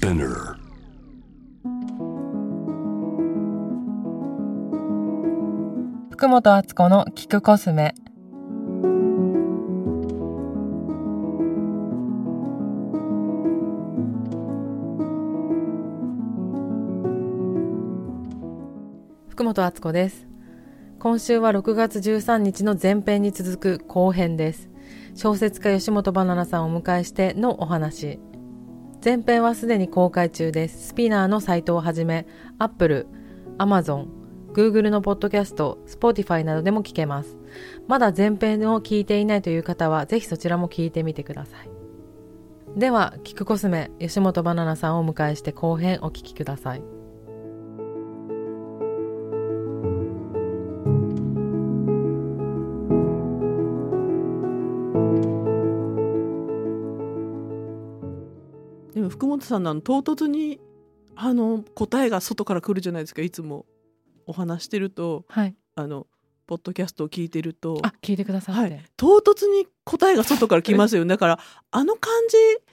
Spinner. 福本敦子の聞くコスメ。福本敦子です。今週は6月13日の前編に続く後編です。小説家吉本ばななさんをお迎えしてのお話。前編はすでに公開中です。スピナーのサイトをはじめ Apple、Amazon、Google のポッドキャスト、Spotify などでも聞けます。まだ前編を聞いていないという方はぜひそちらも聞いてみてください。では聞くコスメ吉本ばななさんをお迎えして後編お聞きください。 でも福本さんの唐突に答えが外から来るじゃないですか。いつもお話してると、 はい、 ポッドキャストを聞いてると、 聞いてくださって、 はい、唐突に答えが外から来ますよだからあの感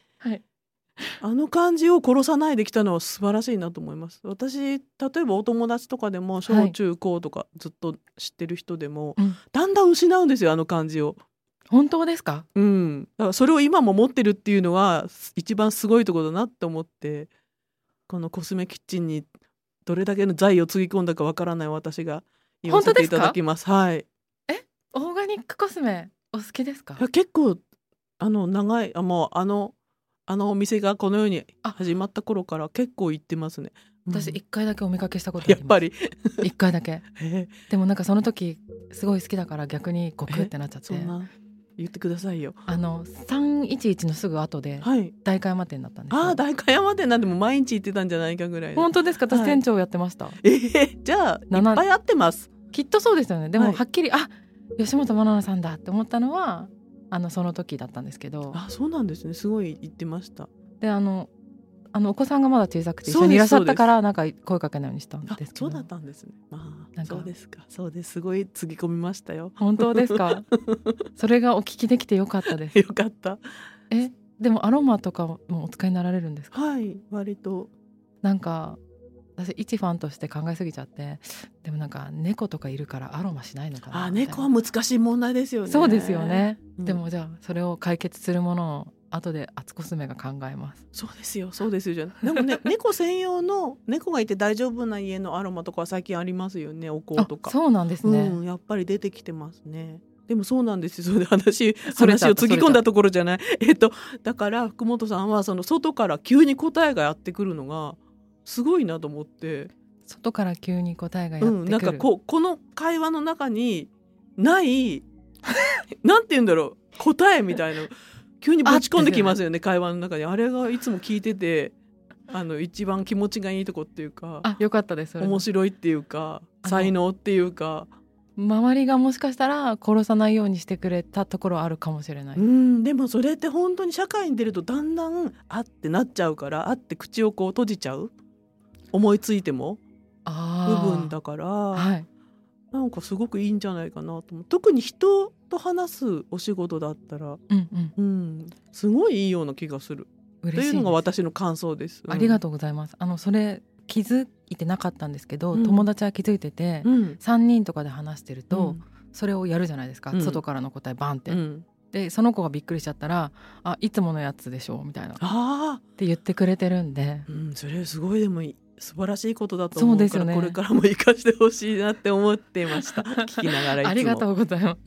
じを殺さないできたのは素晴らしいなと思います。私例えばお友達とかでも小中高とかずっと知ってる人でも、だんだん失うんですよ、あの感じを。 本当ですか？ だからそれを今も持ってるっていうのは一番すごいところだなって思って、このコスメキッチンにどれだけの財をつぎ込んだかわからない私が言わせていただきます。はい。 オーガニックコスメお好きですか？ 結構長いもうあのお店がこの世に始まった頃から結構行ってますね。 私1回だけお見かけしたことあります。 やっぱり 1回だけでもなんかその時すごい好きだから逆にゴクってなっちゃって。 そんな言ってくださいよ。 311のすぐ後で代官山店だったんですよ。 代官山店なんでも毎日行ってたんじゃないかぐらい。 本当ですか？私店長やってました。 じゃあいっぱい合ってます。 きっとそうですよね。でもはっきり、吉本ばななさんだって思ったのはその時だったんですけど。 そうなんですね。すごい言ってました。 でお子さんがまだ小さくて一緒にいらっしゃったからなんか声かけないようにしたんですけど。 そうだったんですね。そうですか。そうです。すごいつぎ込みましたよ。 本当ですか？それがお聞きできてよかったです。 よかった。 でもアロマとかもお使いになられるんですか？ はい、割と。 なんか私一ファンとして考えすぎちゃって、でもなんか猫とかいるからアロマしないのかな。 猫は難しい問題ですよね。 そうですよね。でもじゃあそれを解決するものを後で敦コスメが考えます。 そうですよじゃん。でもね猫専用の猫がいて大丈夫な家のアロマとかは最近ありますよね。お香とか。 そうなんですね。 やっぱり出てきてますね。でもそうなんですよ。それで話をつぎ込んだところじゃない。だから福本さんはその外から急に答えがやってくるのがすごいなと思って。 外から急に答えがやってくる。 なんかこの会話の中にないなんて言うんだろう、答えみたいな急にぶち込んできますよね。会話の中にあれがいつも聞いてて一番気持ちがいいとこっていうか、 よかったです。 面白いっていうか才能っていうか、 周りがもしかしたら殺さないようにしてくれたところあるかもしれない。 でもそれって本当に社会に出るとだんだんってなっちゃうから、って口をこう閉じちゃう、思いついても部分だから、なんかすごくいいんじゃないかなと思う。特に人と話すお仕事だったら、すごいいいような気がする。というのが私の感想です。 ありがとうございます。それ気づいてなかったんですけど、友達は気づいてて、3人とかで話してると、それをやるじゃないですか。外からの答えバンって、でその子がびっくりしちゃったらいつものやつでしょみたいなって言ってくれてるんで、 それすごいでも素晴らしいことだと思うから、 そうですよね、 これからも生かしてほしいなって思っていました聞きながらいつもありがとうございます。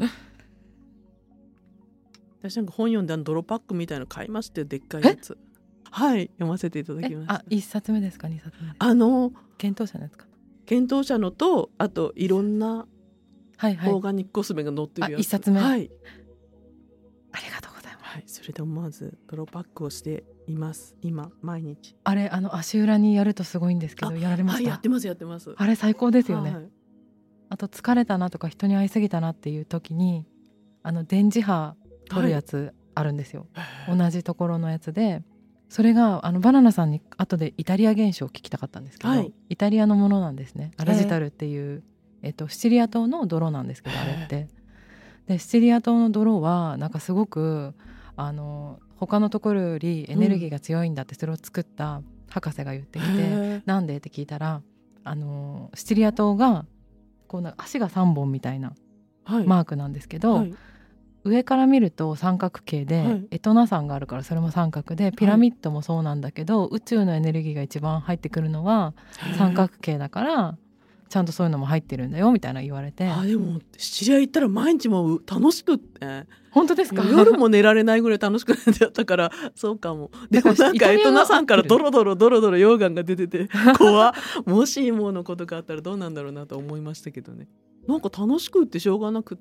私なんか本読んで泥パックみたいなの買いましたよ、でっかいやつ。読ませていただきました。 1冊目ですか？2冊目ですか？検討者のやつかな。 検討者のと、あといろんなオーガニックコスメが載ってるやつ。 1冊目、 ありがとうございます。 それで思わず泥パックをしています今毎日。 足裏にやるとすごいんですけど、やられました？ やってますあれ最高ですよね。あと疲れたなとか人に会いすぎたなっていう時に電磁波取るやつあるんですよ、同じところのやつで、それがバナナさんに後でイタリア現象を聞きたかったんですけど、イタリアのものなんですね。アラジタルっていう、シチリア島の泥なんですけど、あれってでシチリア島の泥はなんかすごく他のところよりエネルギーが強いんだって、それを作った博士が言ってきて、なんでって聞いたらシチリア島がこう足が3本みたいなマークなんですけど、上から見ると三角形で、エトナ山があるからそれも三角で、ピラミッドもそうなんだけど、宇宙のエネルギーが一番入ってくるのは三角形だからちゃんとそういうのも入ってるんだよみたいな言われて。 でもシチリア行ったら毎日も楽しくって。 本当ですか？ 夜も寝られないぐらい楽しくなってたからそうかも。でもなんかエトナ山からドロドロ溶岩が出てて怖もしものことがあったらどうなんだろうなと思いましたけどね。なんか楽しくってしょうがなくって。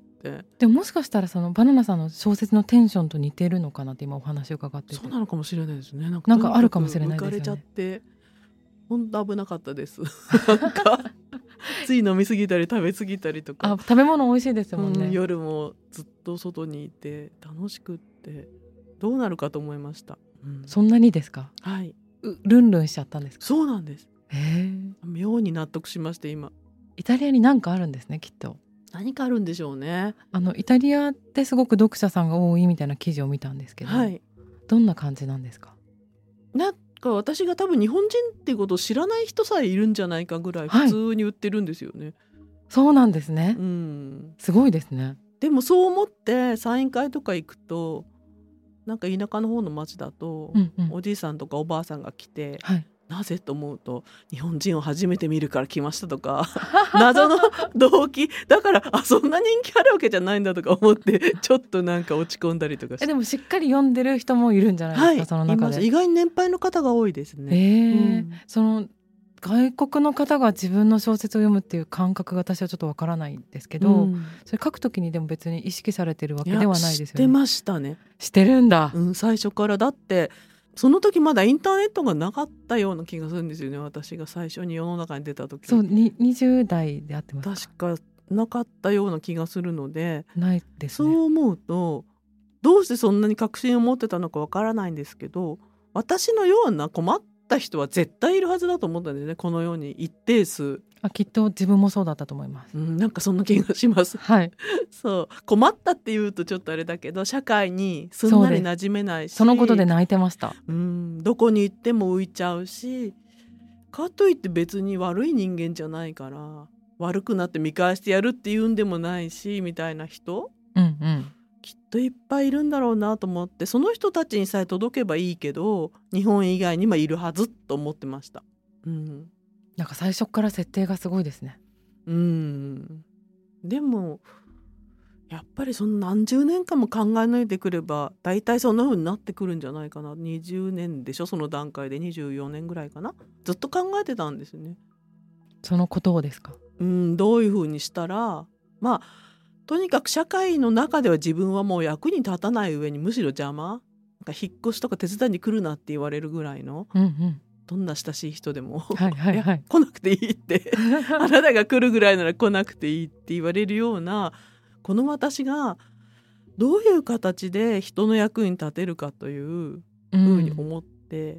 でももしかしたらそのバナナさんの小説のテンションと似てるのかなって今お話を伺ってて。 そうなのかもしれないですね。 なんかあるかもしれないですよね。 浮かれちゃって本当危なかったですなんかつい飲みすぎたり食べ過ぎたりとか。 食べ物美味しいですもんね、 夜もずっと外にいて楽しくってどうなるかと思いました、 そんなにですか？ はい。 ルンルンしちゃったんですか？ そうなんです。妙に納得しまして今。 イタリアに何かあるんですね、きっと。 何かあるんでしょうね。 イタリアってすごく読者さんが多いみたいな記事を見たんですけど、どんな感じなんですか？ なんか私が多分日本人っていうことを知らない人さえいるんじゃないかぐらい普通に売ってるんですよね、 そうなんですね、すごいですね。 でもそう思ってサイン会とか行くとなんか田舎の方の町だと、おじいさんとかおばあさんが来て、なぜと思うと日本人を初めて見るから来ましたとか謎の動機だからそんな人気あるわけじゃないんだとか思ってちょっとなんか落ち込んだりとかして。 でもしっかり読んでる人もいるんじゃないですか、その中で。 意外に年配の方が多いですね、 その外国の方が自分の小説を読むっていう感覚が私はちょっとわからないんですけど、それ書くときにでも別に意識されてるわけではないですよね。 してましたね。 してるんだ、 最初から。だってその時まだインターネットがなかったような気がするんですよね、私が最初に世の中に出た時。 そう20代であってますか？確かなかったような気がするので。 ないですね。 そう思うとどうしてそんなに確信を持ってたのかわからないんですけど、私のような困った人は絶対いるはずだと思ったんですね、この世に一定数。 きっと自分もそうだったと思います、 なんかそんな気がしますそう困ったっていうとちょっとあれだけど社会にすんなり馴染めないし、 そのことで泣いてました。 どこに行っても浮いちゃうし、かといって別に悪い人間じゃないから悪くなって見返してやるっていうんでもないしみたいな人、きっといっぱいいるんだろうなと思って、その人たちにさえ届けばいいけど日本以外にもいるはずと思ってました。 なんか最初から設定がすごいですね。 でもやっぱりその何十年間も考えないでくれば大体そんな風になってくるんじゃないかな。20年でしょ、その段階で24年ぐらいかな。ずっと考えてたんですね。 そのことをですか？ どういう風にしたら、とにかく社会の中では自分はもう役に立たない上にむしろ邪魔、なんか引っ越しとか手伝いに来るなって言われるぐらいの、どんな親しい人でも来なくていいってあなたが来るぐらいなら来なくていいって言われるようなこの私がどういう形で人の役に立てるかというふうに思って、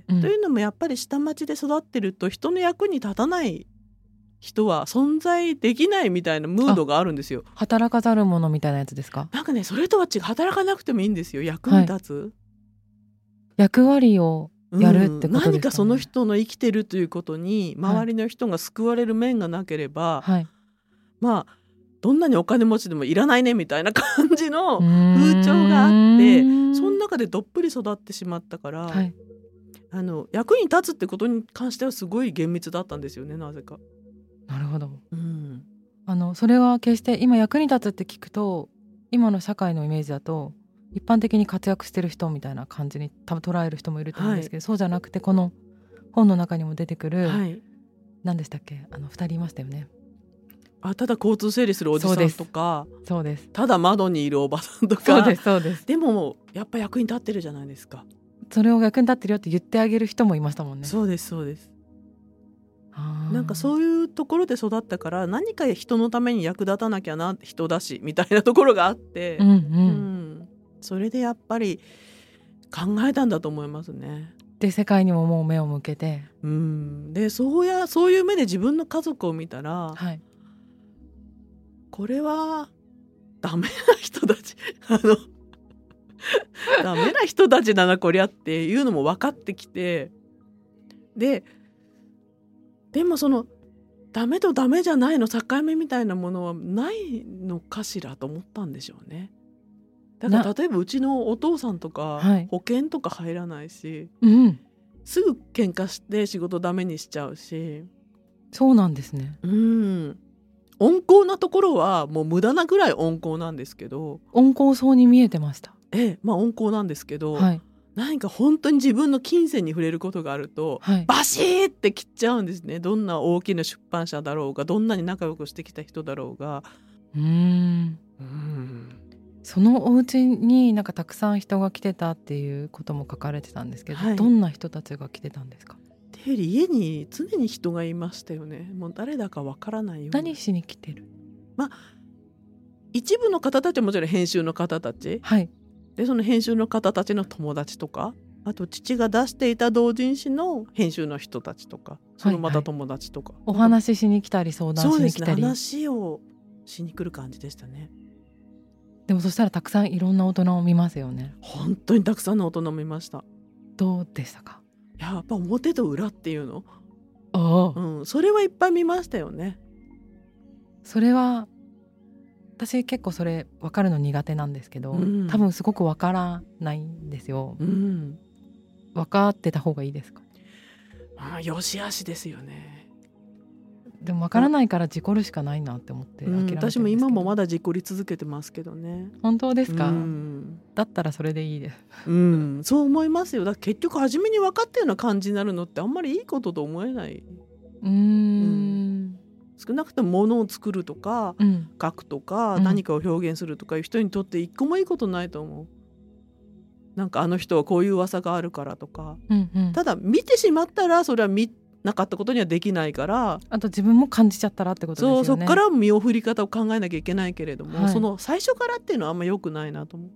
というのもやっぱり下町で育ってると人の役に立たない人は存在できないみたいなムードがあるんですよ。 働かざる者みたいなやつですか？ なんかね、それとは違う。働かなくてもいいんですよ、役に立つ、 役割をやるってことですかね。 何かその人の生きてるということに周りの人が救われる面がなければ、どんなにお金持ちでもいらないねみたいな感じの風潮があって、その中でどっぷり育ってしまったから、役に立つってことに関してはすごい厳密だったんですよね、なぜか。 なるほど、それは決して今役に立つって聞くと今の社会のイメージだと一般的に活躍してる人みたいな感じに多分捉える人もいると思うんですけど、そうじゃなくてこの本の中にも出てくる、何でしたっけ、2人いましたよね。 ただ交通整理するおじさんとか、 そうです、 ただ窓にいるおばさんとか、 そうです。 でもやっぱ役に立ってるじゃないですか。 それを役に立ってるよって言ってあげる人もいましたもんね。 そうです。なんかそういうところで育ったから何か人のために役立たなきゃな、人だしみたいなところがあって、それでやっぱり考えたんだと思いますね。 で世界にももう目を向けて、 でそういう目で自分の家族を見たら、これはダメな人たちダメな人たちだなこりゃっていうのも分かってきて、 でもそのダメとダメじゃないの境目みたいなものはないのかしらと思ったんでしょうね。だから例えばうちのお父さんとか保険とか入らないし、すぐ喧嘩して仕事ダメにしちゃうし。 そうなんですね。 温厚なところはもう無駄なぐらい温厚なんですけど、 温厚そうに見えてました。 温厚なんですけど、何か本当に自分の金銭に触れることがあると、バシーって切っちゃうんですね。どんな大きな出版社だろうが、どんなに仲良くしてきた人だろうが。 そのお家になんかたくさん人が来てたっていうことも書かれてたんですけど、どんな人たちが来てたんですか？ 家に常に人がいましたよね。もう誰だかわからないような。 何しに来てる？ 一部の方たちはもちろん編集の方たち、でその編集の方たちの友達とか、あと父が出していた同人誌の編集の人たちとか、そのまた友達とか、 お話ししに来たり相談しに来たり。 そうですね、話をしに来る感じでしたね。 でもそしたらたくさんいろんな大人を見ますよね。 本当にたくさんの大人を見ました。 どうでしたか？ やっぱ表と裏っていうの、 それはいっぱい見ましたよね。 それは私結構それ分かるの苦手なんですけど、多分すごく分からないんですよ。分かってた方がいいですか？ よしあしですよね。 でも分からないから事故るしかないなって思って諦めてるんですけど、 私も今もまだ事故り続けてますけどね。 本当ですか？だったらそれでいいです。 そう思いますよ。だから結局初めに分かったような感じになるのってあんまりいいことと思えない。少なくとも物を作るとか、書くとか、何かを表現するとかいう人にとって一個もいいことないと思う。なんかあの人はこういう噂があるからとか、ただ見てしまったらそれは見なかったことにはできないから、 あと自分も感じちゃったらってことですよね。 そこから身を振り方を考えなきゃいけないけれども、その最初からっていうのはあんま良くないなと思う。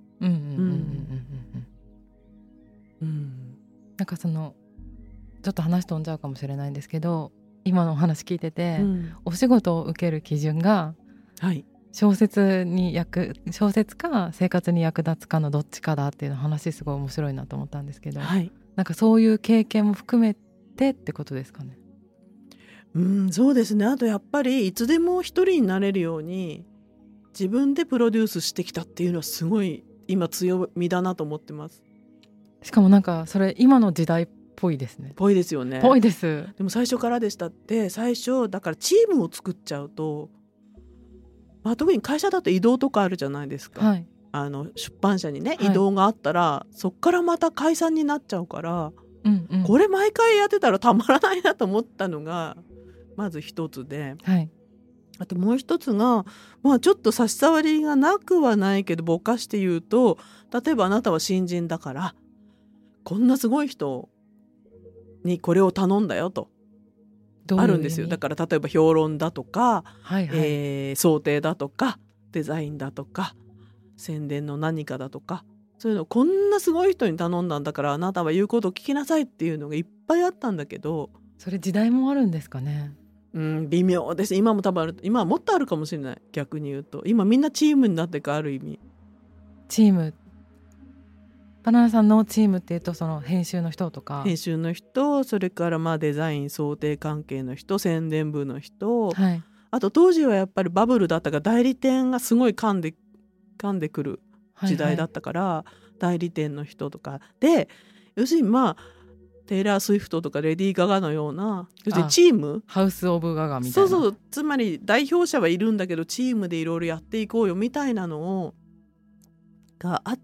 なんかそのちょっと話飛んじゃうかもしれないんですけど、今のお話聞いてて、お仕事を受ける基準が、小説か生活に役立つかのどっちかだっていうの話すごい面白いなと思ったんですけど、なんかそういう経験も含めてってことですかね。 そうですね。あとやっぱりいつでも一人になれるように自分でプロデュースしてきたっていうのはすごい今強みだなと思ってます。 しかもなんかそれ今の時代っぽいですね。 ぽいですよね。 ぽいです。 でも最初からでしたって。最初だからチームを作っちゃうと、特に会社だと移動とかあるじゃないですか、出版社にね、移動があったらそっからまた解散になっちゃうから、これ毎回やってたらたまらないなと思ったのがまず一つで、あともう一つが、ちょっと差し障りがなくはないけどぼかして言うと、例えばあなたは新人だからこんなすごい人にこれを頼んだよとあるんですよ。だから例えば評論だとか、想定だとかデザインだとか宣伝の何かだとか、そういうのこんなすごい人に頼んだんだからあなたは言うことを聞きなさいっていうのがいっぱいあったんだけど、 それ時代もあるんですかね。 微妙です。今も多分ある。今はもっとあるかもしれない。逆に言うと今みんなチームになってか、ある意味チーム、バナナさんのチームっていうとその編集の人とか、 編集の人、それからデザイン想定関係の人、宣伝部の人、あと当時はやっぱりバブルだったから代理店がすごい噛んでくる時代だったから、代理店の人とかで、要するにテイラー・スウィフトとかレディー・ガガのような、要するにチーム、 ハウス・オブ・ガガみたいな、 つまり代表者はいるんだけどチームでいろいろやっていこうよみたいなのがあって、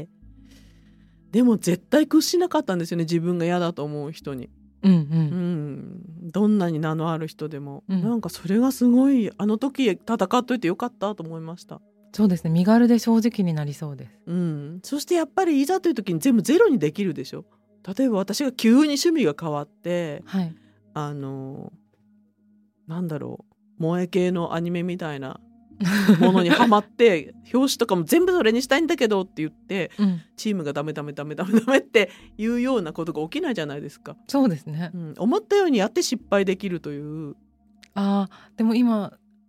でも絶対屈しなかったんですよね、自分が嫌だと思う人に。どんなに名のある人でも、なんかそれがすごい、あの時戦っといてよかったと思いました。 そうですね、身軽で正直になりそうです。 そしてやっぱりいざという時に全部ゼロにできるでしょ。例えば私が急に趣味が変わって、なんだろう、萌え系のアニメみたいなものにハマって表紙とかも全部それにしたいんだけどって言って、チームがダメっていうようなことが起きないじゃないですか。 そうですね、 思ったようにやって失敗できるという。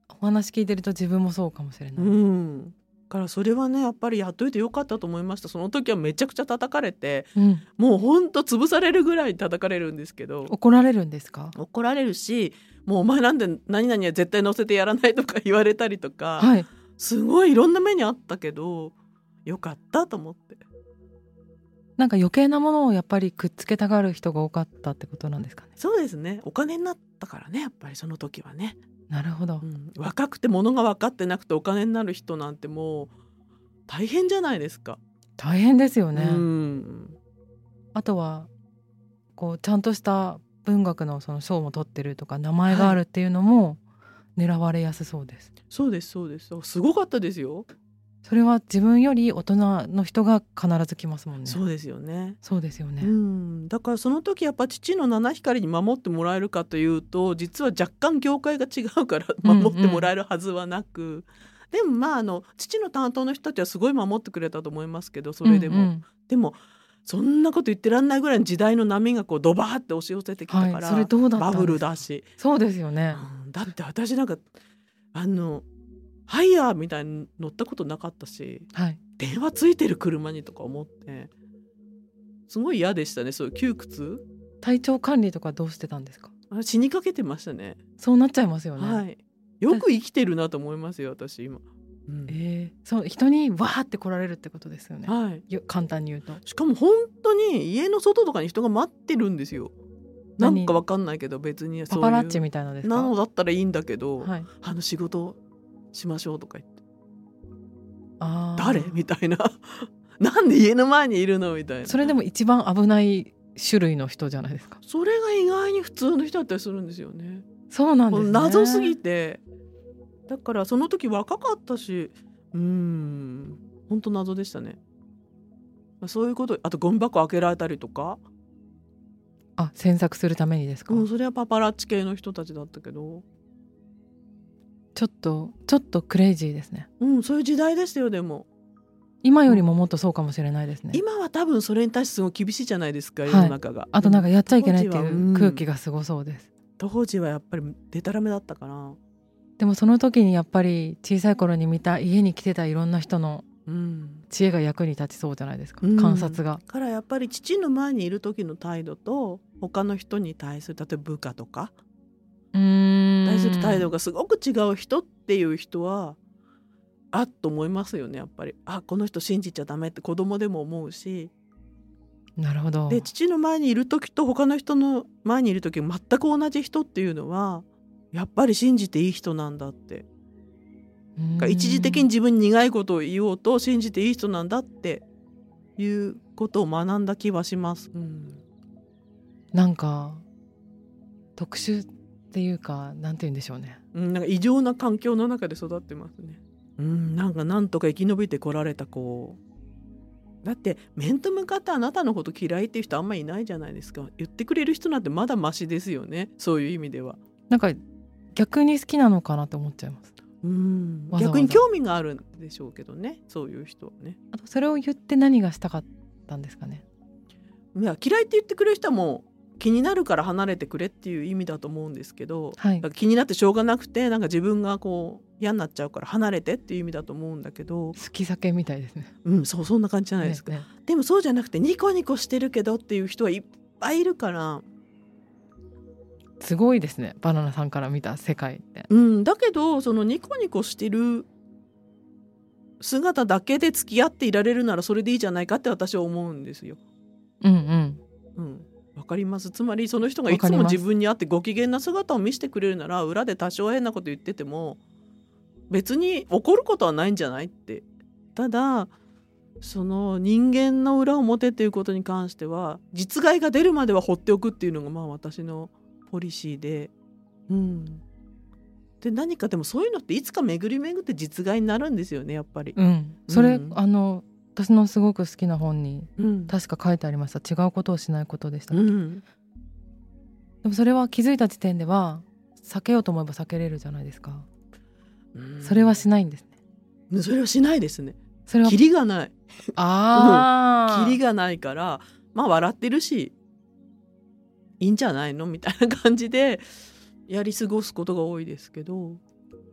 でも今お話聞いてると自分もそうかもしれない。 からそれはねやっぱりやっといてよかったと思いました。その時はめちゃくちゃ叩かれて、もうほんと潰されるぐらい叩かれるんですけど。 怒られるんですか？ 怒られるし、もうお前なんで何々は絶対乗せてやらないとか言われたりとか、すごいいろんな目にあったけどよかったと思って。 なんか余計なものをやっぱりくっつけたがる人が多かったってことなんですかね。 そうですね、お金になったからねやっぱりその時はね。 なるほど、 若くて物が分かってなくてお金になる人なんてもう大変じゃないですか。 大変ですよね。あとはこうちゃんとした文学のその賞も取ってるとか名前があるっていうのも狙われやすそうです。 そうですそうです。すごかったですよ。 それは自分より大人の人が必ず来ますもんね。 そうですよね。 そうですよね。 だからその時やっぱ父の七光に守ってもらえるかというと実は若干業界が違うから守ってもらえるはずはなく、でも父の担当の人たちはすごい守ってくれたと思いますけど、それでも、でもそんなこと言ってらんないぐらいの時代の波がこうドバーって押し寄せてきたから、 それどうだったんですか？ バブルだし。 そうですよね、 だって私なんかハイヤーみたいに乗ったことなかったし、電話ついてる車にとか思ってすごい嫌でしたね。そういう窮屈。 体調管理とかどうしてたんですか？ 死にかけてましたね。 そうなっちゃいますよね、 よく生きてるなと思いますよ私今。 そう人にわーって来られるってことですよね、簡単に言うと。 しかも本当に家の外とかに人が待ってるんですよ。なんかわかんないけど別にパパラッチみたいなですか？ なのだったらいいんだけど、仕事しましょうとか言って、誰みたいななんで家の前にいるのみたいな。 それでも一番危ない種類の人じゃないですか。 それが意外に普通の人だったりするんですよね。 そうなんですね。 謎すぎて、だからその時若かったし、本当謎でしたね。そういうこと、あとゴミ箱開けられたりとか。 詮索するためにですか？ それはパパラッチ系の人たちだったけど、 ちょっとクレイジーですね。 そういう時代ですよ。でも今よりももっとそうかもしれないですね。 今は多分それに対してすごい厳しいじゃないですか、世の中が。 あとなんかやっちゃいけないっていう空気がすごそうです。 当時はやっぱりデタラメだったかな。 でもその時にやっぱり小さい頃に見た家に来てたいろんな人の知恵が役に立ちそうじゃないですか、観察が。 からやっぱり父の前にいる時の態度と他の人に対する、例えば部下とか対する態度がすごく違う人っていう人はっと思いますよね。やっぱりこの人信じちゃダメって子供でも思うし。 なるほど。 で父の前にいる時と他の人の前にいる時全く同じ人っていうのはやっぱり信じていい人なんだって、一時的に自分に苦いことを言おうと信じていい人なんだっていうことを学んだ気はします。 なんか特殊っていうかなんて言うんでしょうね、 なんか異常な環境の中で育ってますね。なんとか生き延びてこられた子だって、面と向かってあなたのこと嫌いっていう人あんまりいないじゃないですか。言ってくれる人なんてまだマシですよね、そういう意味では。 なんか逆に好きなのかなって思っちゃいます。 逆に興味があるんでしょうけどね、そういう人はね。 あとそれを言って何がしたかったんですかね。 いや、嫌いって言ってくれる人はもう気になるから離れてくれっていう意味だと思うんですけど、気になってしょうがなくてなんか自分がこう嫌になっちゃうから離れてっていう意味だと思うんだけど、 好き酒みたいですね。 そんな感じじゃないですか、でもそうじゃなくてニコニコしてるけどっていう人はいっぱいいるから、 すごいですね、バナナさんから見た世界って。 だけどそのニコニコしてる姿だけで付き合っていられるならそれでいいじゃないかって私は思うんですよ。わかります。つまりその人がいつも自分に会ってご機嫌な姿を見せてくれるなら裏で多少変なこと言ってても別に怒ることはないんじゃないって。ただその人間の裏表っていうことに関しては実害が出るまでは放っておくっていうのが私のポリシーで、で何かでもそういうのっていつか巡り巡って実害になるんですよね、やっぱり。 それ私のすごく好きな本に確か書いてありました。違うことをしないことでしたっけ。でもそれは気づいた時点では避けようと思えば避けれるじゃないですか。それはしないんですね。 それはしないですね。 それはキリがないキリがないから笑ってるしいいんじゃないのみたいな感じでやり過ごすことが多いですけど、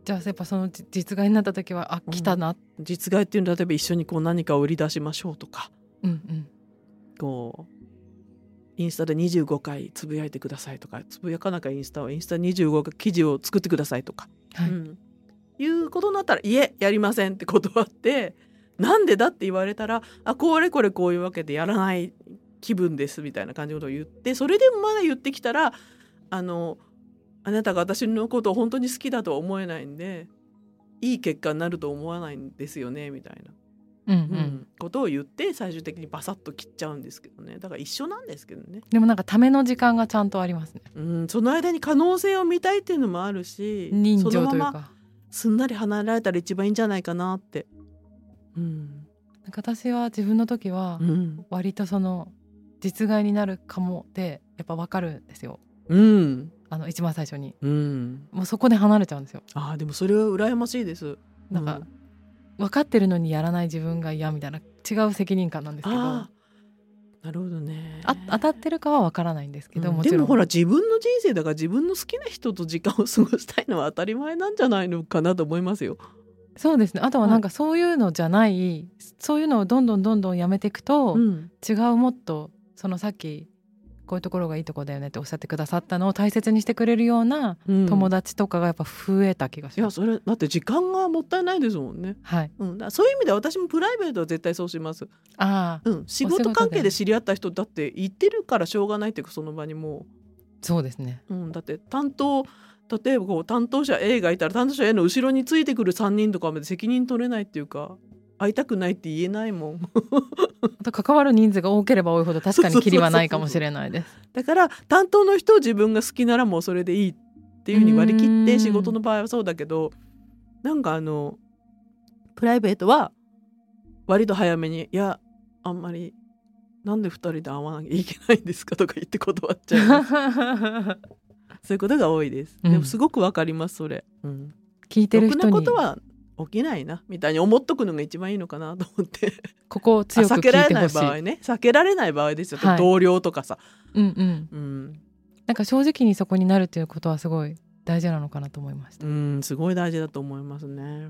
じゃあやっぱその実害になった時は来たな、 実害っていうのは例えば一緒にこう何かを売り出しましょうとか、こうインスタで25回つぶやいてくださいとか、つぶやかなきゃインスタ25回記事を作ってくださいとか、いうことになったらやりませんって断って、なんでだって言われたらこれこういうわけでやらない気分ですみたいな感じのことを言って、それでもまだ言ってきたらあなたが私のことを本当に好きだとは思えないんでいい結果になると思わないんですよねみたいな、ことを言って最終的にバサッと切っちゃうんですけどね。だから一緒なんですけどね。 でもなんかための時間がちゃんとありますね。 その間に可能性を見たいっていうのもあるし、 人情というかそのまますんなり離れられたら一番いいんじゃないかなって。 なんか私は自分の時は割とその実害になるかもってやっぱ分かるんですよ。一番最初に、もうそこで離れちゃうんですよ。 でもそれは羨ましいです。 なんか、分かってるのにやらない自分が嫌みたいな違う責任感なんですけど。 なるほどね。 当たってるかは分からないんですけど、もちろんでもほら自分の人生だから自分の好きな人と時間を過ごしたいのは当たり前なんじゃないのかなと思いますよ。 そうですね。あとはなんかそういうのじゃない、そういうのをどんどんやめていくと、違うもっとそのさっきこういうところがいいとこだよねっておっしゃってくださったのを大切にしてくれるような友達とかがやっぱ増えた気がします。 それだって時間がもったいないですもんね。だそういう意味では私もプライベートは絶対そうします。仕事関係で知り合った人だって言ってるからしょうがないっていうか、その場にもうそうですね、 だって例えばこう担当者 A がいたら担当者 A の後ろについてくる3人とかまで責任取れないっていうか、会いたくないって言えないもんあと関わる人数が多ければ多いほど確かにキリはないかもしれないです。 だから担当の人を自分が好きならもうそれでいいっていうふうに割り切って、仕事の場合はそうだけど、なんかプライベートは割と早めにあんまりなんで2人で会わなきゃいけないんですかとか言って断っちゃいますそういうことが多いです。でもすごくわかりますそれ、 聞いてる人にろくなことは起きないなみたいに思っとくのが一番いいのかなと思ってここを強く聞いてほしい。 避けられない場合ね、避けられない場合ですよ、同僚とかさ、 なんか正直にそこになるということはすごい大事なのかなと思いました。 すごい大事だと思いますね。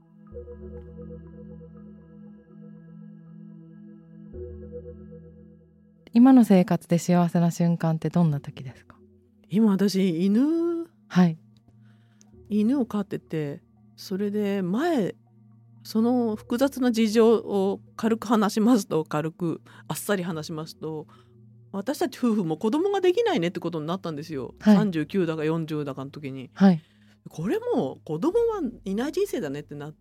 今の生活で幸せな瞬間ってどんな時ですか？ 今私犬を飼ってて、それでその複雑な事情を軽くあっさり話しますと、私たち夫婦も子供ができないねってことになったんですよ、39だか40だかの時に、これもう子供はいない人生だねってなって、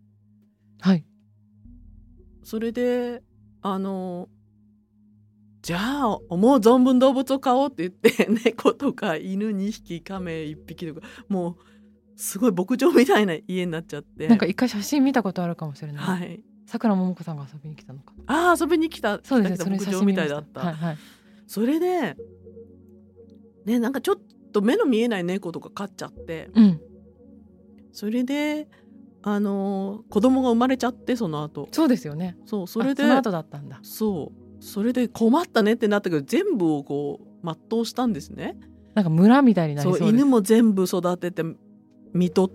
それでじゃあ思う存分動物を飼おうって言って猫とか犬2匹亀1匹とか、もうすごい牧場みたいな家になっちゃって、 なんか一回写真見たことあるかもしれない、さくらももこさんが遊びに来たのかな。 遊びに来た、 そうです、 牧場みたいだった、それでね、なんかちょっと目の見えない猫とか飼っちゃって、それで子供が生まれちゃって、その後。 そうですよね。 それでその後だったんだ。 それで困ったねってなったけど、全部をこう全うしたんですね。 なんか村みたいになりそうです。 犬も全部育てて見とって、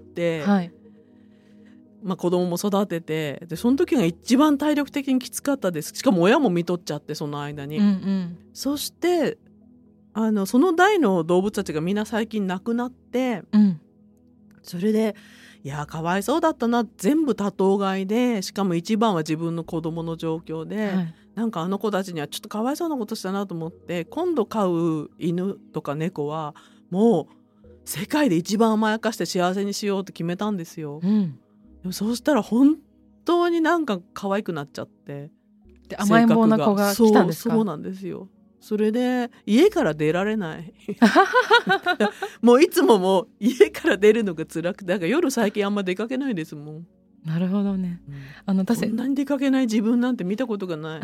子供も育てて、でその時が一番体力的にきつかったです。しかも親も見とっちゃって、その間に、そしてその代の動物たちがみんな最近亡くなって、それでかわいそうだったな、全部多頭飼いで、しかも一番は自分の子供の状況で、なんかあの子たちにはちょっとかわいそうなことしたなと思って、今度飼う犬とか猫はもう世界で一番甘やかして幸せにしようって決めたんですよ、でもそうしたら本当になんか可愛くなっちゃって、 で甘えん坊な子が来たんですか？ そうなんですよ。それで家から出られないもういつももう家から出るのが辛くて、だから夜最近あんま出かけないですもん。 なるほどね、 私こんなに出かけない自分なんて見たことがない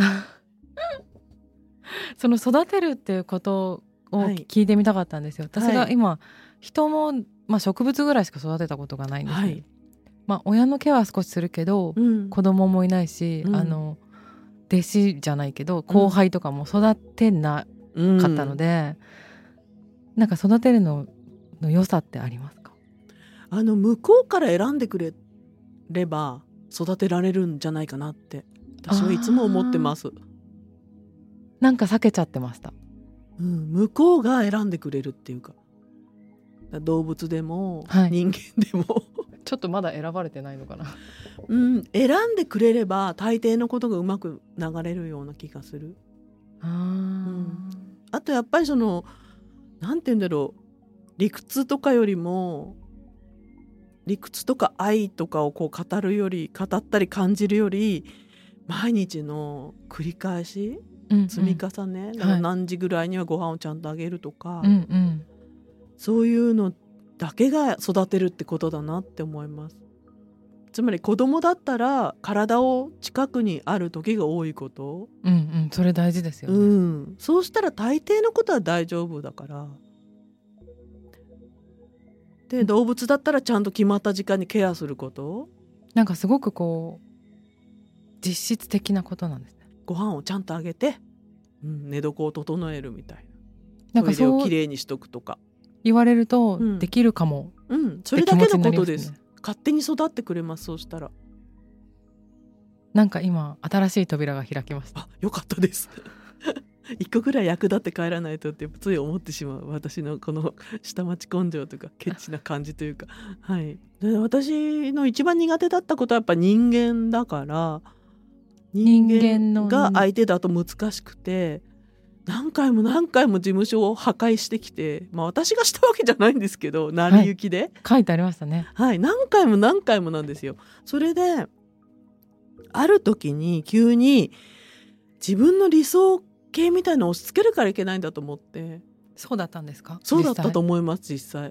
その育てるっていうことを聞いてみたかったんですよ、私が今人も、植物ぐらいしか育てたことがないんですけど、親のケアは少しするけど、子供もいないし、弟子じゃないけど後輩とかも育てなかったので、なんか育てるの良さってありますか？ 向こうから選んでくれれば育てられるんじゃないかなって私はいつも思ってます。 なんか避けちゃってました、 向こうが選んでくれるっていうか、動物でも、人間でもちょっとまだ選ばれてないのかな選んでくれれば大抵のことがうまく流れるような気がする。あとやっぱりなんて言うんだろう、理屈とかよりも理屈とか愛とかをこう語ったり感じるより毎日の繰り返し、積み重ね、だから何時ぐらいにはご飯をちゃんとあげるとか、そういうのだけが育てるってことだなって思います。つまり子供だったら体を近くにある時が多いこと、 それ大事ですよね、 そうしたら大抵のことは大丈夫だから。で動物だったらちゃんと決まった時間にケアすること、 なんかすごくこう実質的なことなんですね。 ご飯をちゃんとあげて、寝床を整えるみたいな、トイレをきれいにしとくとか言われるとできるかも、 それだけのことです。勝手に育ってくれます。そうしたらなんか今新しい扉が開きました。 よかったです一個ぐらい役立って帰らないとってつい思ってしまう、私のこの下町根性というかケチな感じというかで私の一番苦手だったことはやっぱ人間だから、人間が相手だと難しくて、何回も何回も事務所を破壊してきて、私がしたわけじゃないんですけど、成り行きで、 書いてありましたね。 何回も何回もなんですよ。それである時に急に自分の理想系みたいなのを押し付けるからいけないんだと思って。 そうだったんですか？ そうだったと思います。実際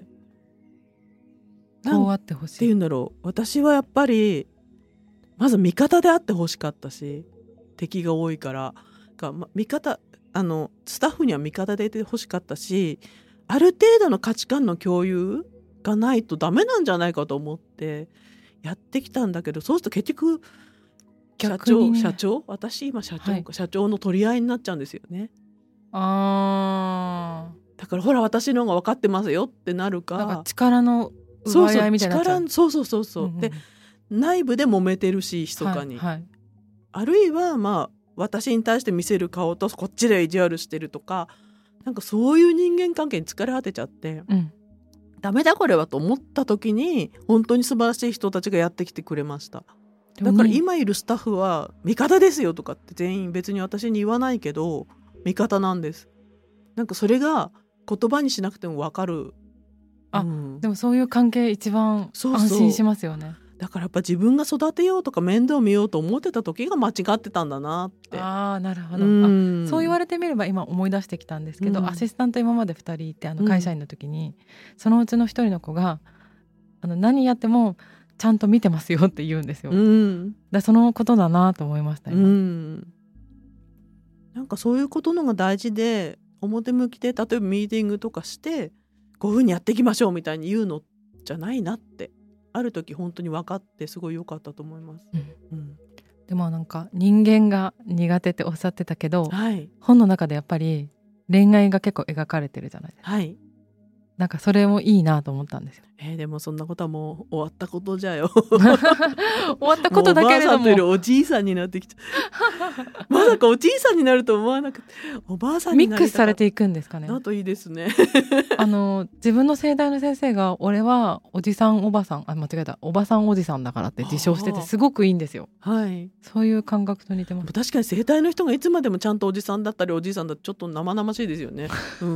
こうあってほしいっていうんだろう、私はやっぱりまず味方であってほしかったし、敵が多いから味方、スタッフには味方でいてほしかったし、ある程度の価値観の共有がないとダメなんじゃないかと思ってやってきたんだけど、そうすると結局社長私今社長の取り合いになっちゃうんですよね。だからほら私の方が分かってますよってなるか、 なんか力の奪い合いみたいになっちゃう。 そう、で内部で揉めてるし密かに、あるいは私に対して見せる顔とこっちで意地悪してるとか、なんかそういう人間関係に疲れ果てちゃって、ダメだこれはと思った時に本当に素晴らしい人たちがやってきてくれました。だから今いるスタッフは味方ですよとかって全員別に私に言わないけど味方なんです。なんかそれが言葉にしなくても分かる。 でもそういう関係一番安心しますよね。 だからやっぱ自分が育てようとか面倒見ようと思ってた時が間違ってたんだなって。 なるほど、そう言われてみれば今思い出してきたんですけど、アシスタント今まで2人いて会社員の時に、そのうちの1人の子が何やってもちゃんと見てますよって言うんですよ、だそのことだなと思いました今、 なんかそういうことのが大事で、表向きで例えばミーティングとかしてこういうふうにやっていきましょうみたいに言うのじゃないなってある時本当に分かってすごい良かったと思います、 でもなんか人間が苦手っておっしゃってたけど、本の中でやっぱり恋愛が結構描かれてるじゃないですか。なんかそれもいいなと思ったんですよ。 でもそんなことはもう終わったことじゃよ終わったことだけれども、 おばあさんというよりおじいさんになってきちゃうまさかおじいさんになると思わなくて、おばあさんになりたかった。 ミックスされていくんですかね。 だといいですね自分の世代の先生が俺はおじさんおばさん間違えたおばさんおじさんだからって自称しててすごくいいんですよ。そういう感覚と似てます。 確かに世代の人がいつまでもちゃんとおじさんだったりおじいさんだってちょっと生々しいですよね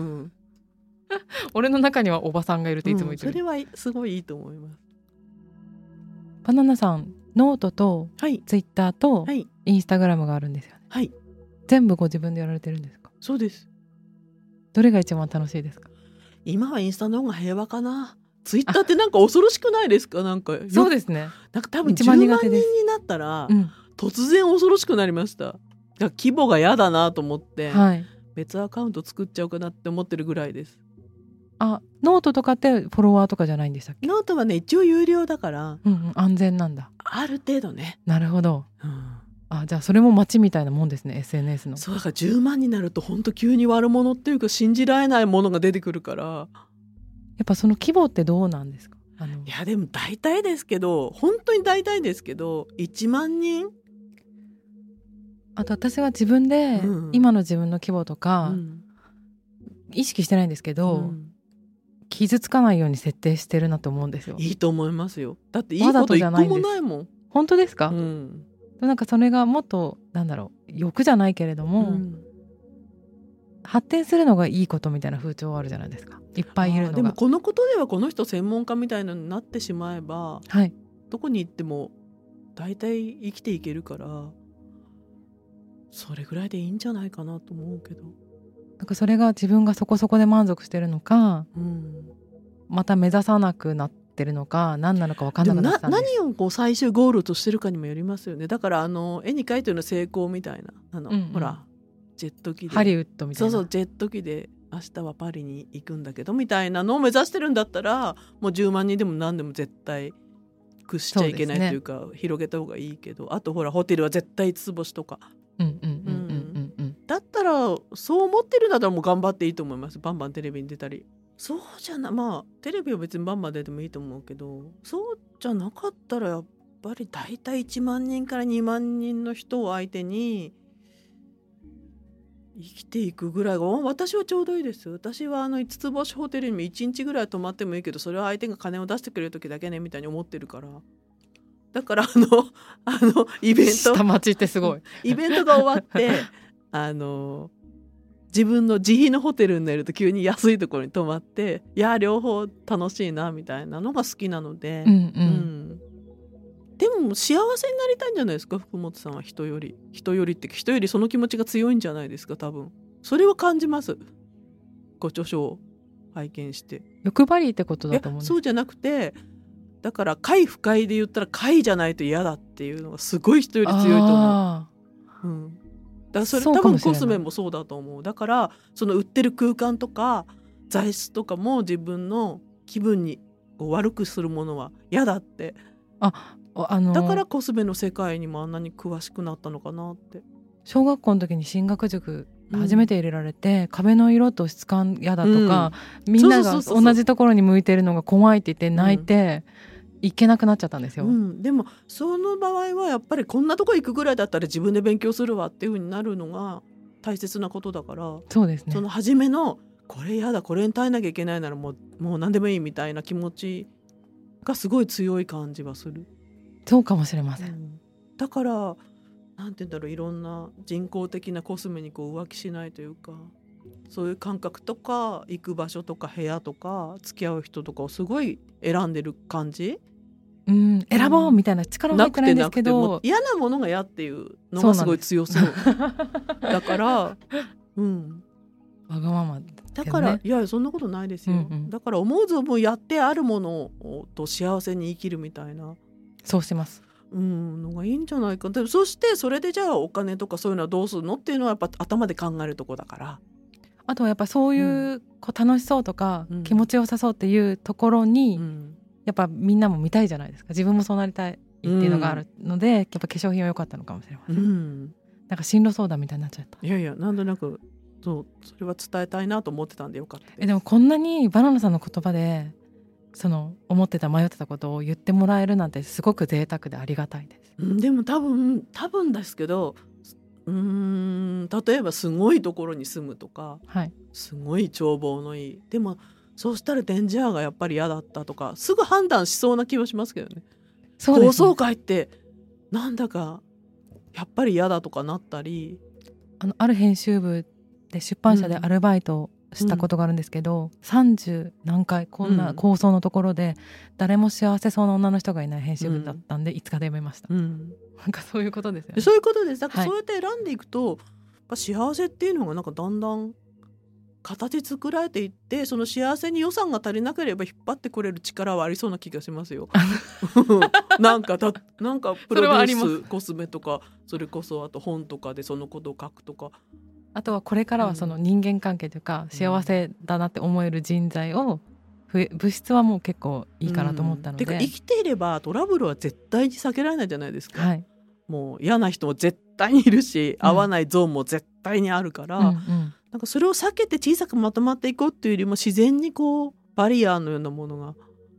俺の中にはおばさんがいるっていつも言ってる、 それはすごいいいと思います。 バナナさんノートとツイッターとインスタグラムがあるんですよね。全部ご自分でやられてるんですか？ そうです。 どれが一番楽しいですか？ 今はインスタの方が平和かな。ツイッターってなんか恐ろしくないですか？なんかそうですね。 なんか多分10万人になったら、突然恐ろしくなりました。だから規模が嫌だなと思って、別アカウント作っちゃおうかなって思ってるぐらいです。 ノートとかってフォロワーとかじゃないんでしたっけ？ ノートはね一応有料だから、 安全なんだ。 ある程度ね。 なるほど、じゃあそれも街みたいなもんですね SNS の。 そうだから10万になると本当急に悪者っていうか信じられないものが出てくるから。 やっぱその規模ってどうなんですか？ いやでも大体ですけど、本当に大体ですけど1万人。 あと私は自分で今の自分の規模とか意識してないんですけど、傷つかないように設定してるなと思うんですよ。 いいと思いますよ。だっていいこと一個もないもん。 本当ですか？なんかそれがもっと欲じゃないけれども、発展するのがいいことみたいな風潮あるじゃないですか、いっぱいいるのが。 でもこのことではこの人専門家みたいなのになってしまえば、はい、どこに行っても大体生きていけるから、それぐらいでいいんじゃないかなと思うけど、 なんかそれが自分がそこそこで満足してるのか、また目指さなくなってるのか何なのか分かんなくなったんです。 何をこう最終ゴールとしてるかにもよりますよね。だから絵に描いてるの成功みたいなほらジェット機でハリウッドみたいな、 そうジェット機で明日はパリに行くんだけどみたいなのを目指してるんだったら、もう10万人でも何でも絶対屈しちゃいけないというか、広げた方がいいけど、あとほらホテルは絶対5つ星とか、だったらそう思ってるんだったらもう頑張っていいと思います。バンバンテレビに出たり。そうじゃな、まあテレビは別にバンバン出てもいいと思うけど、そうじゃなかったらやっぱり大体1万人から2万人の人を相手に生きていくぐらいが私はちょうどいいです。私は5つ星ホテルにも1日ぐらい泊まってもいいけど、それは相手が金を出してくれる時だけねみたいに思ってるから。だからイベント下町ってすごいイベントが終わって自分の自費のホテルに寝ると急に安いところに泊まって、いや両方楽しいなみたいなのが好きなので、でも幸せになりたいんじゃないですか、福本さんは。人よりその気持ちが強いんじゃないですか、多分。それは感じます、ご著書を拝見して。 欲張りってことだと思うんです。 そうじゃなくて、だから快不快で言ったら快じゃないと嫌だっていうのがすごい人より強いと思う。だからそれ多分コスメもそうだと思う。だからその売ってる空間とか材質とかも自分の気分に悪くするものは嫌だって。だからコスメの世界にもあんなに詳しくなったのかなって。 小学校の時に進学塾初めて入れられて、壁の色と質感嫌だとか、みんなが同じところに向いてるのが怖いって言って泣いて、行けなくなっちゃったんですよ。 でもその場合はやっぱりこんなとこ行くぐらいだったら自分で勉強するわっていう風になるのが大切なことだから。 そうですね。 その初めのこれやだ、これに耐えなきゃいけないならもう何でもいいみたいな気持ちがすごい強い感じはする。 そうかもしれません。 だからなんて言うんだろう、いろんな人工的なコスメに浮気しないというか、そういう感覚とか行く場所とか部屋とか付き合う人とかをすごい選んでる感じ。 選ぼうみたいな力は入ってないんですけど、 嫌なものが嫌っていうのがすごい強そうだからわがまま、 だからいやそんなことないですよ、だから思うぞもうやってあるものと幸せに生きるみたいな、 そうしますのがいいんじゃないか。でそしてそれでじゃあお金とかそういうのはどうするのっていうのはやっぱ頭で考えるとこだから。 あとはやっぱそういう楽しそうとか、気持ちよさそうっていうところに、やっぱみんなも見たいじゃないですか。自分もそうなりたいっていうのがあるので、やっぱ化粧品は良かったのかもしれません。なんか進路相談みたいになっちゃった。 いやなんとなくそれは伝えたいなと思ってたんでよかったです。 でもこんなにバナナさんの言葉で思ってた迷ってたことを言ってもらえるなんてすごく贅沢でありがたいです。 でも多分ですけど、例えばすごいところに住むとか、すごい眺望のいい、でもそうしたら電磁波がやっぱり嫌だったとかすぐ判断しそうな気はしますけどね。 そうですね。 高層階ってなんだかやっぱり嫌だとかなったり、 ある編集部で出版社でアルバイトしたことがあるんですけど、30何回こんな高層のところで誰も幸せそうな女の人がいない編集部だったんで、いつかで辞めました。なんかそういうことですよね。 そういうことです。だからそうやって選んでいくと、幸せっていうのがなんかだんだん形作られていって、その幸せに予算が足りなければ引っ張ってくれる力はありそうな気がしますよなんかプロデュースコスメとか、それこそあと本とかでそのことを書くとか、 あとはこれからはその人間関係というか、幸せだなって思える人材を物質はもう結構いいかなと思ったので、 てか生きていればトラブルは絶対に避けられないじゃないですか、もう嫌な人も絶対にいるし、合わないゾーンも絶対にあるから、なんかそれを避けて小さくまとまっていこうっていうよりも、自然にバリアのようなものが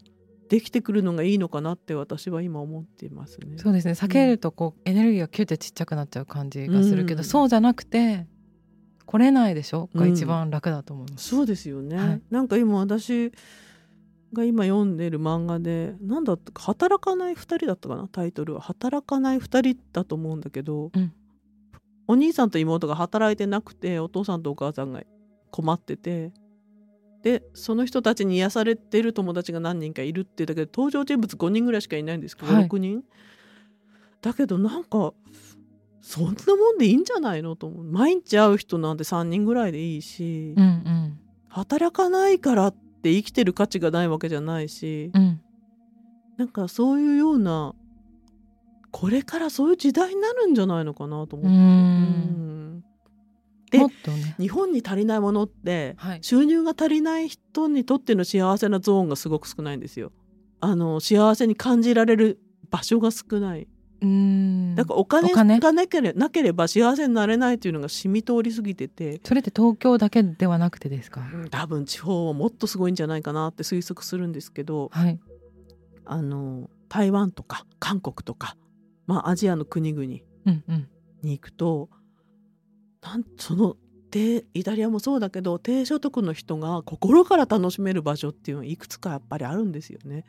できてくるのがいいのかなって私は今思っていますね。 そうですね、避けるとこう、エネルギーがキュッてちっちゃくなっちゃう感じがするけど、そうじゃなくて来れないでしょが一番楽だと思います。 そうですよね、なんか今私が今読んでる漫画で何だったか、働かない2人だったかな、タイトルは働かない2人だと思うんだけど、お兄さんと妹が働いてなくてお父さんとお母さんが困ってて、でその人たちに癒されてる友達が何人かいるってだけど登場人物5人ぐらいしかいないんですけど、6人だけどなんかそんなもんでいいんじゃないのと思う。毎日会う人なんて3人ぐらいでいいし、働かないからって生きてる価値がないわけじゃないし、なんかそういうようなこれからそういう時代になるんじゃないのかなと思って。で、日本に足りないものって、収入が足りない人にとっての幸せなゾーンがすごく少ないんですよ。幸せに感じられる場所が少ない。だからお金がなければ幸せになれないというのが染み通りすぎてて。 それって東京だけではなくてですか？ 多分地方はもっとすごいんじゃないかなって推測するんですけど、台湾とか韓国とか、アジアの国々に行くと、イタリアもそうだけど低所得の人が心から楽しめる場所っていうのはいくつかやっぱりあるんですよね。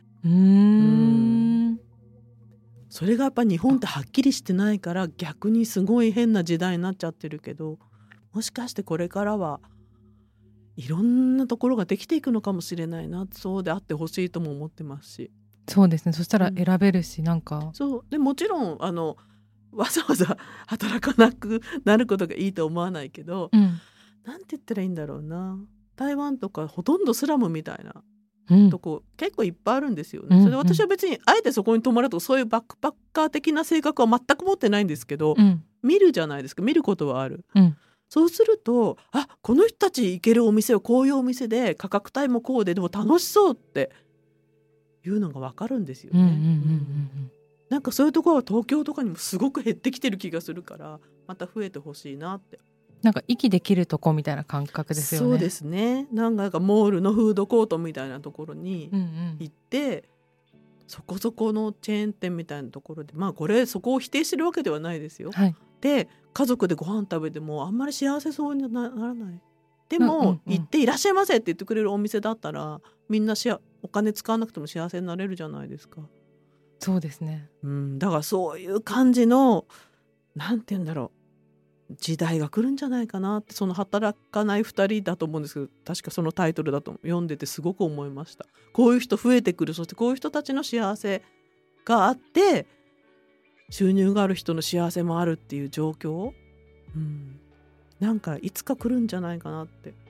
それがやっぱり日本ってはっきりしてないから逆にすごい変な時代になっちゃってるけど、もしかしてこれからはいろんなところができていくのかもしれないな、そうであってほしいとも思ってますし。 そうですね、そしたら選べるし、なんかそうでもちろんわざわざ働かなくなることがいいと思わないけど、なんて言ったらいいんだろうな、台湾とかほとんどスラムみたいなとこ、結構いっぱいあるんですよね。それで私は別にあえてそこに泊まるとかそういうバックパッカー的な性格は全く持ってないんですけど、見るじゃないですか、見ることはある。そうするとこの人たち行けるお店はこういうお店で価格帯もこうでも楽しそうっていうのが分かるんですよね。なんかそういうところは東京とかにもすごく減ってきてる気がするから、また増えてほしいなって。 なんか息できるとこみたいな感覚ですよね。 そうですね、なんかモールのフードコートみたいなところに行って、そこそこのチェーン店みたいなところで、これそこを否定してるわけではないですよ。で家族でご飯食べてもあんまり幸せそうに ならない。でも、行っていらっしゃいませって言ってくれるお店だったらみんなお金使わなくても幸せになれるじゃないですか。 そうですね、 だからそういう感じのなんて言うんだろう、時代が来るんじゃないかなって、その働かない2人だと思うんですけど、確かそのタイトルだと読んでてすごく思いました。こういう人増えてくる、そしてこういう人たちの幸せがあって収入がある人の幸せもあるっていう状況、なんかいつか来るんじゃないかなって